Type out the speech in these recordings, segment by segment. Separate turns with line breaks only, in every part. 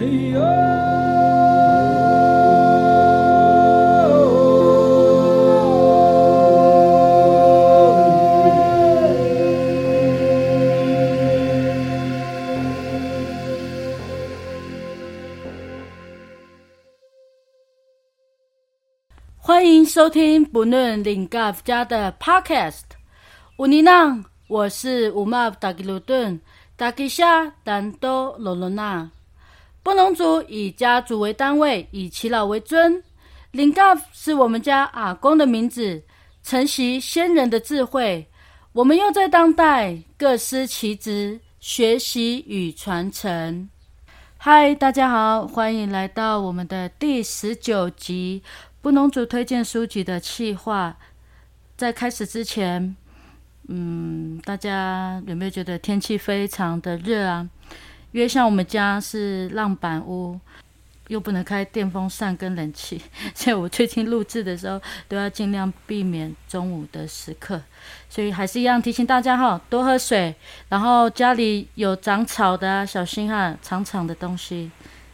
欢迎收听不论领嘎家的 Podcast。乌尼浪，我是乌马达吉鲁顿，达吉夏丹多罗罗纳。布农族以家族为单位，以耆老为尊。领嘎是我们家阿公的名字，承袭先人的智慧。我们又在当代各司其职，学习与传承。嗨，大家好，欢迎来到我们的第19集布农族推荐书籍的企划。在开始之前，大家有没有觉得天气非常的热啊？因为像我们家是浪板屋，又不能开电风扇跟冷气，所以我最近录制的时候都要尽量避免中午的时刻。所以还是一样提醒大家哈，多喝水，然后家里有长草的啊，小心哈，长长的东西。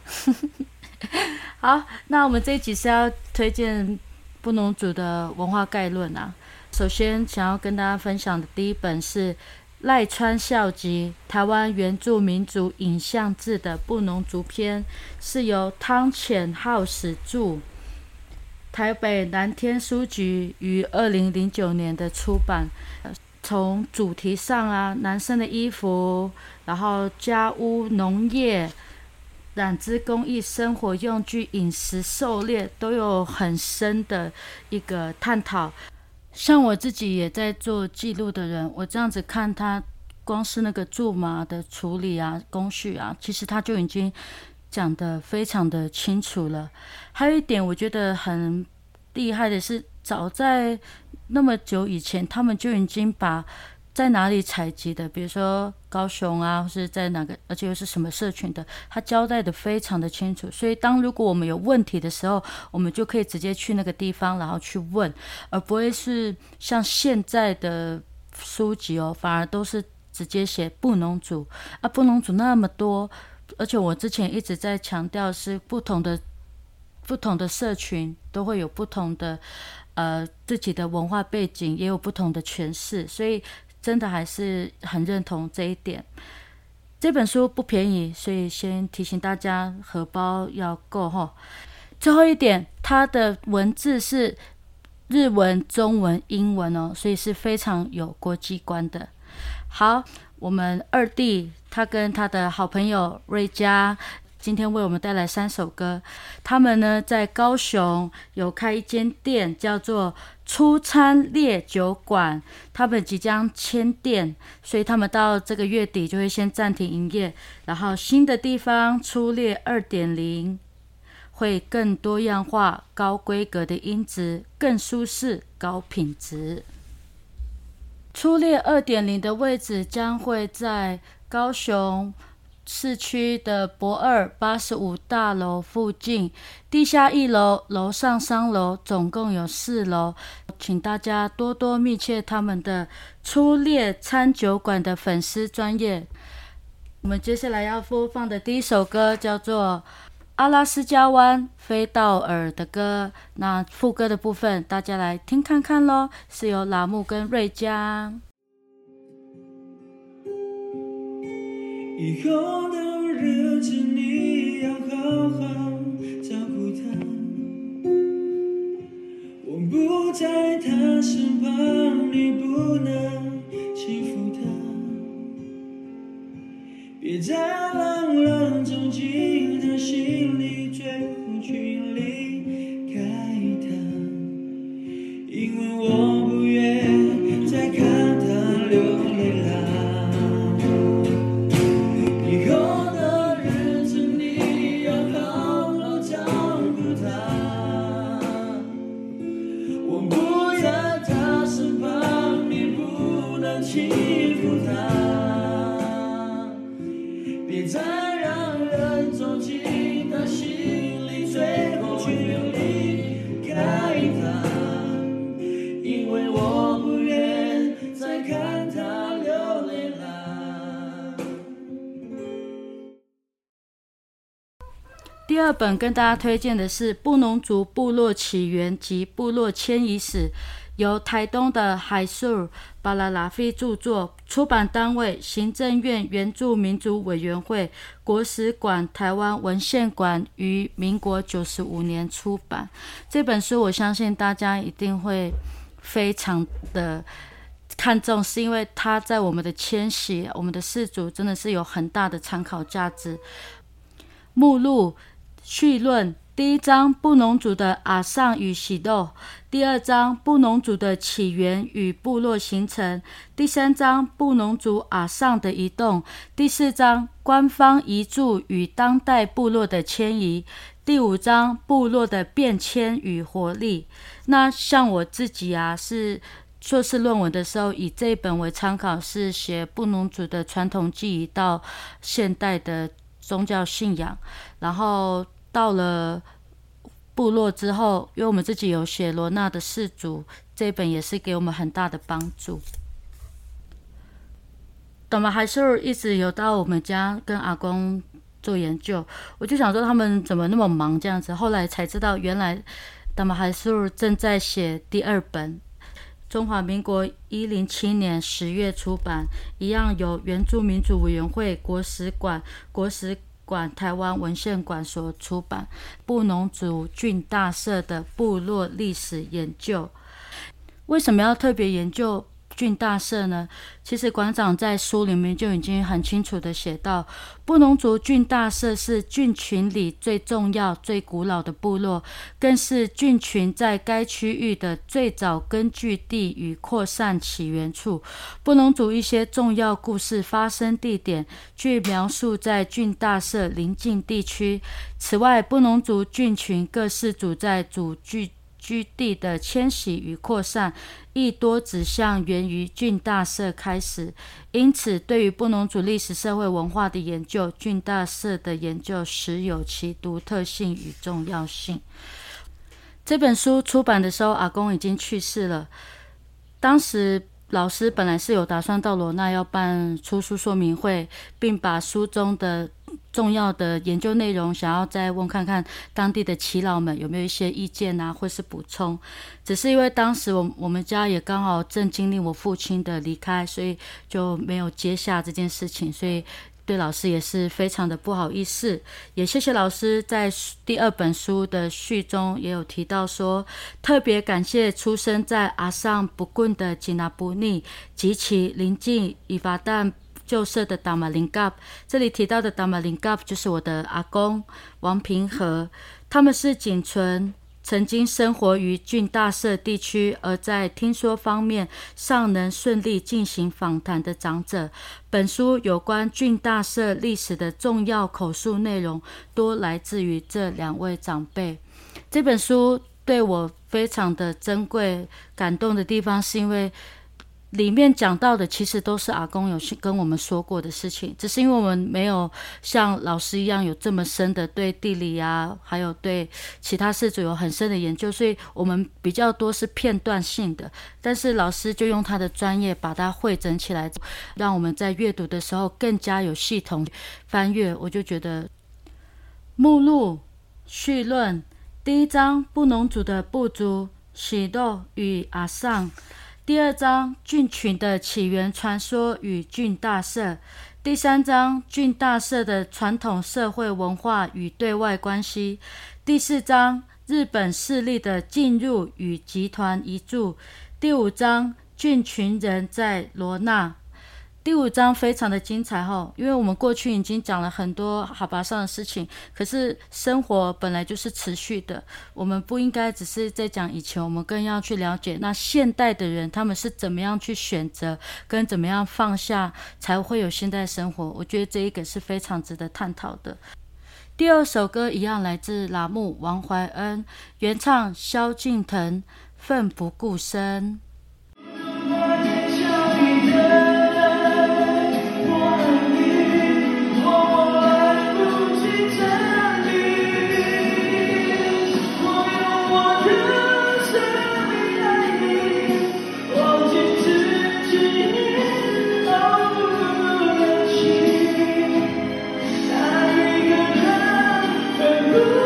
好，那我们这一集是要推荐布农族的文化概论啊。首先想要跟大家分享的第一本是赖川孝吉台湾原住民族影像志的布农族篇，是由汤浅浩史著，台北蓝天书局于2009年的出版。从主题上啊，男生的衣服，然后家屋农业、染织工艺、生活用具、饮食、狩猎，都有很深的一个探讨。像我自己也在做记录的人，我这样子看他，光是那个苎麻的处理啊、工序啊，其实他就已经讲得非常的清楚了。还有一点我觉得很厉害的是，早在那么久以前，他们就已经把在哪里采集的，比如说高雄啊，或是在哪个，而且又是什么社群的，他交代的非常的清楚。所以如果我们有问题的时候，我们就可以直接去那个地方，然后去问，而不会是像现在的书籍哦，反而都是直接写布农族啊，布农族那么多，而且我之前一直在强调是不同的社群都会有不同的自己的文化背景，也有不同的诠释，所以真的还是很认同这一点。这本书不便宜，所以先提醒大家荷包要够齁。最后一点，它的文字是日文、中文、英文哦，所以是非常有国际观的。好，我们二弟他跟他的好朋友瑞佳今天为我们带来3首歌。他们呢在高雄有开一间店，叫做出餐烈酒馆，他们即将迁店，所以他们到这个月底就会先暂停营业，然后新的地方出列 2.0 会更多样化、高规格的音质，更舒适、高品质。出列 2.0 的位置将会在高雄市区的博二85大楼附近，地下1楼，楼上3楼，总共有4楼。请大家多多密切他们的出列餐酒馆的粉丝专页。我们接下来要播放的第一首歌叫做阿拉斯加湾飞到耳的歌，那副歌的部分大家来听看看咯，是由拉木跟瑞佳。
以后的日子你要好好照顾他，我不在他身旁，你不能欺负他，别再让人走进他心里，最后去离开他，因为我不愿再看他流泪了。欺负他，别再让人走进他心里，最后去离开他，因为我不愿再看他流泪了。
第二本跟大家推荐的是《布农族部落起源及部落迁移史》，由台东的海素巴拉拉菲著作，出版单位行政院原住民族委员会国史馆台湾文献馆于民国95年出版。这本书我相信大家一定会非常的看重，是因为它在我们的迁徙、我们的氏族真的是有很大的参考价值。目录序论：第一章布农族的阿尚与喜斗，第二章布农族的起源与部落形成，第三章布农族阿尚的移动，第四章官方移驻与当代部落的迁移，第五章部落的变迁与活力。那像我自己是硕士论文的时候，以这一本为参考，是写布农族的传统记忆到现代的宗教信仰。然后到了部落之后，因为我们自己有写罗纳的氏族，这一本也是给我们很大的帮助。懂吗？还是一直有到我们家跟阿公做研究，我就想说他们怎么那么忙这样子，后来才知道原来达玛海素正在写第二本，中华民国107年10月出版，一样由原住民族委员会国史馆台湾文献馆所出版，布农族郡大社的部落历史研究。为什么要特别研究郡大社呢？其实馆长在书里面就已经很清楚的写到，布农族郡大社是郡群里最重要最古老的部落，更是郡群在该区域的最早根据地与扩散起源处。布农族一些重要故事发生地点据描述在郡大社邻近地区。此外，布农族郡群各氏族在主居地的迁徙与扩散亦多指向源于郡大社开始，因此对于布农族历史社会文化的研究，郡大社的研究实有其独特性与重要性。这本书出版的时候，阿公已经去世了，当时老师本来是有打算到罗纳要办出书说明会，并把书中的重要的研究内容想要再问看看当地的耆老们有没有一些意见或是补充。只是因为当时我们家也刚好正经历我父亲的离开，所以就没有接下这件事情，所以对老师也是非常的不好意思。也谢谢老师在第二本书的序中也有提到说，特别感谢出生在阿尚布棍的吉纳布尼及其邻近伊巴旦旧社的达马林嘎，这里提到的达马林嘎就是我的阿公王平和，他们是仅存曾经生活于郡大社地区，而在听说方面尚能顺利进行访谈的长者。本书有关郡大社历史的重要口述内容多来自于这两位长辈。这本书对我非常的珍贵感动的地方，是因为里面讲到的其实都是阿公有跟我们说过的事情，只是因为我们没有像老师一样有这么深的对地理还有对其他氏族有很深的研究，所以我们比较多是片段性的，但是老师就用他的专业把它汇整起来，让我们在阅读的时候更加有系统翻阅。我就觉得目录序论：第一章布农族的部族喜斗与阿尚，第二章郡群的起源传说与郡大社，第三章郡大社的传统社会文化与对外关系，第四章日本势力的进入与集团移驻，第五章郡群人在罗纳。第五章非常的精彩因为我们过去已经讲了很多海拔上的事情，可是生活本来就是持续的，我们不应该只是在讲以前，我们更要去了解那现代的人他们是怎么样去选择跟怎么样放下才会有现代生活。我觉得这一个是非常值得探讨的。第二首歌一样来自拉木王怀恩，原唱萧敬腾，奋不顾身。
奋不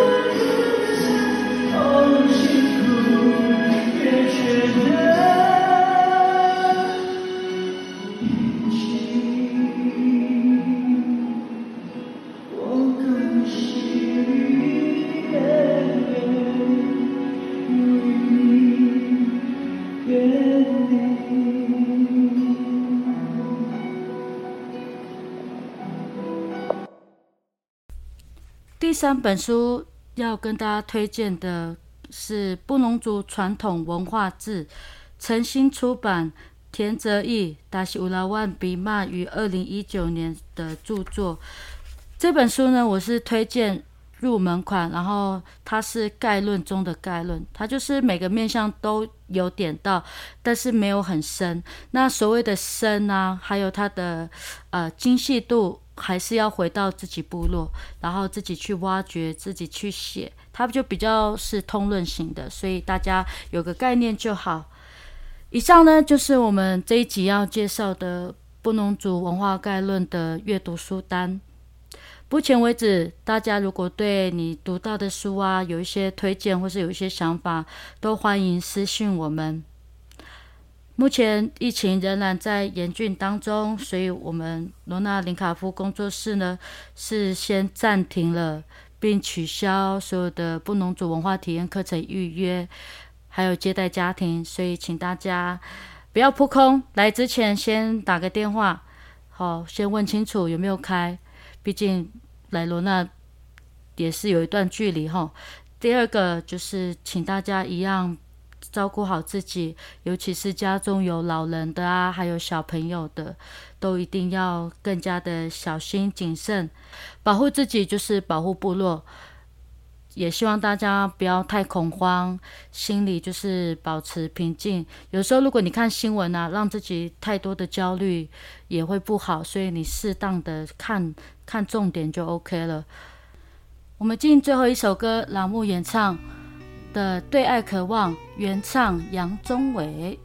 3本书要跟大家推荐的是布农族传统文化志，诚心出版，田泽义、达西乌拉万比玛于2019年的著作。这本书呢，我是推荐入门款，然后它是概论中的概论，它就是每个面向都有点到，但是没有很深。那所谓的深啊，还有它的精细度，还是要回到自己部落，然后自己去挖掘，自己去写，它就比较是通论型的，所以大家有个概念就好。以上呢，就是我们这一集要介绍的布农族文化概论的阅读书单。目前为止，大家如果对你读到的书啊有一些推荐或是有一些想法，都欢迎私讯我们。目前疫情仍然在严峻当中，所以我们罗纳林卡夫工作室呢是先暂停了，并取消所有的布农族文化体验课程预约，还有接待家庭，所以请大家不要扑空，来之前先打个电话，好，先问清楚有没有开，毕竟来罗纳也是有一段距离齁。第二个就是请大家一样照顾好自己，尤其是家中有老人的啊，还有小朋友的，都一定要更加的小心谨慎，保护自己就是保护部落。也希望大家不要太恐慌，心里就是保持平静。有时候如果你看新闻啊，让自己太多的焦虑也会不好，所以你适当的看重点就 OK 了。我们进最后一首歌，朗木演唱的《对爱渴望》，原唱杨宗纬。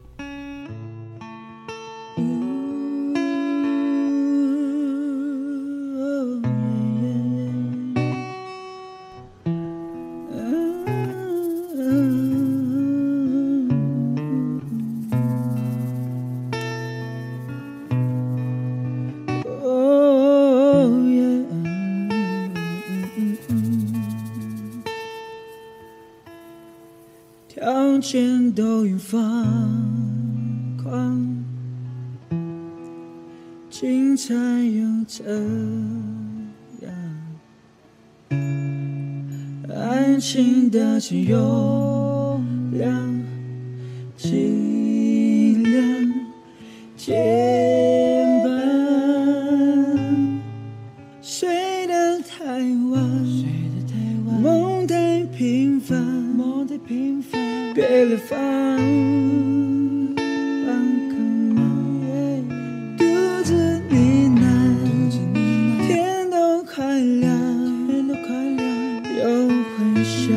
条件都已放宽，竟才有这样爱情的真优良，尽量肩膀，睡得太晚，梦太平凡，别了放可能独自呢喃，天都快亮，又回想。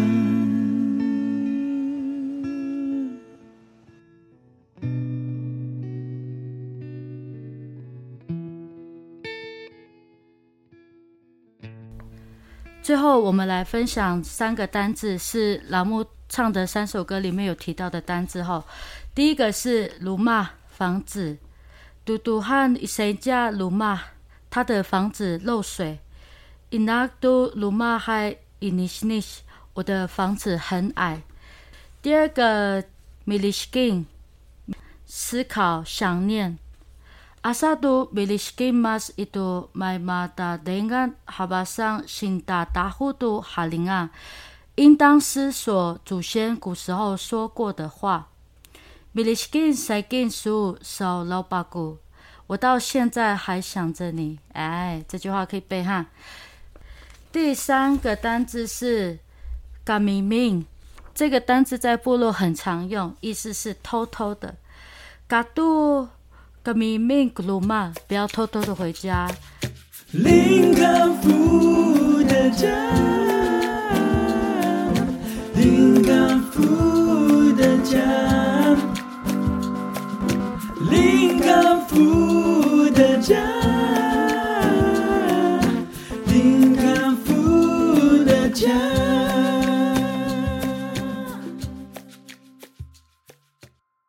最后我们来分享3个单字，是朗木唱的3首歌里面有提到的单字后，第一个是鲁玛，房子。嘟嘟和伊谁家鲁玛，他的房子漏水。伊那都鲁玛还伊尼西尼，我的房子很矮。第二个 milishkin， 思考想念。Asadu milishkin mas itu mai mata dengan habasang cinta tahudu halinga， 应当思索祖先古时候说过的话。milishkin saikin su sau laupaku， 我到现在还想着你。哎，这句话可以背哈。第3个单字是 gamimin， 这个单字在部落很常用，意思是偷偷的。gadu gamimin gluma， 不要偷偷的回家。
林康夫的家，林康夫的家，林康夫的家，林康夫的家。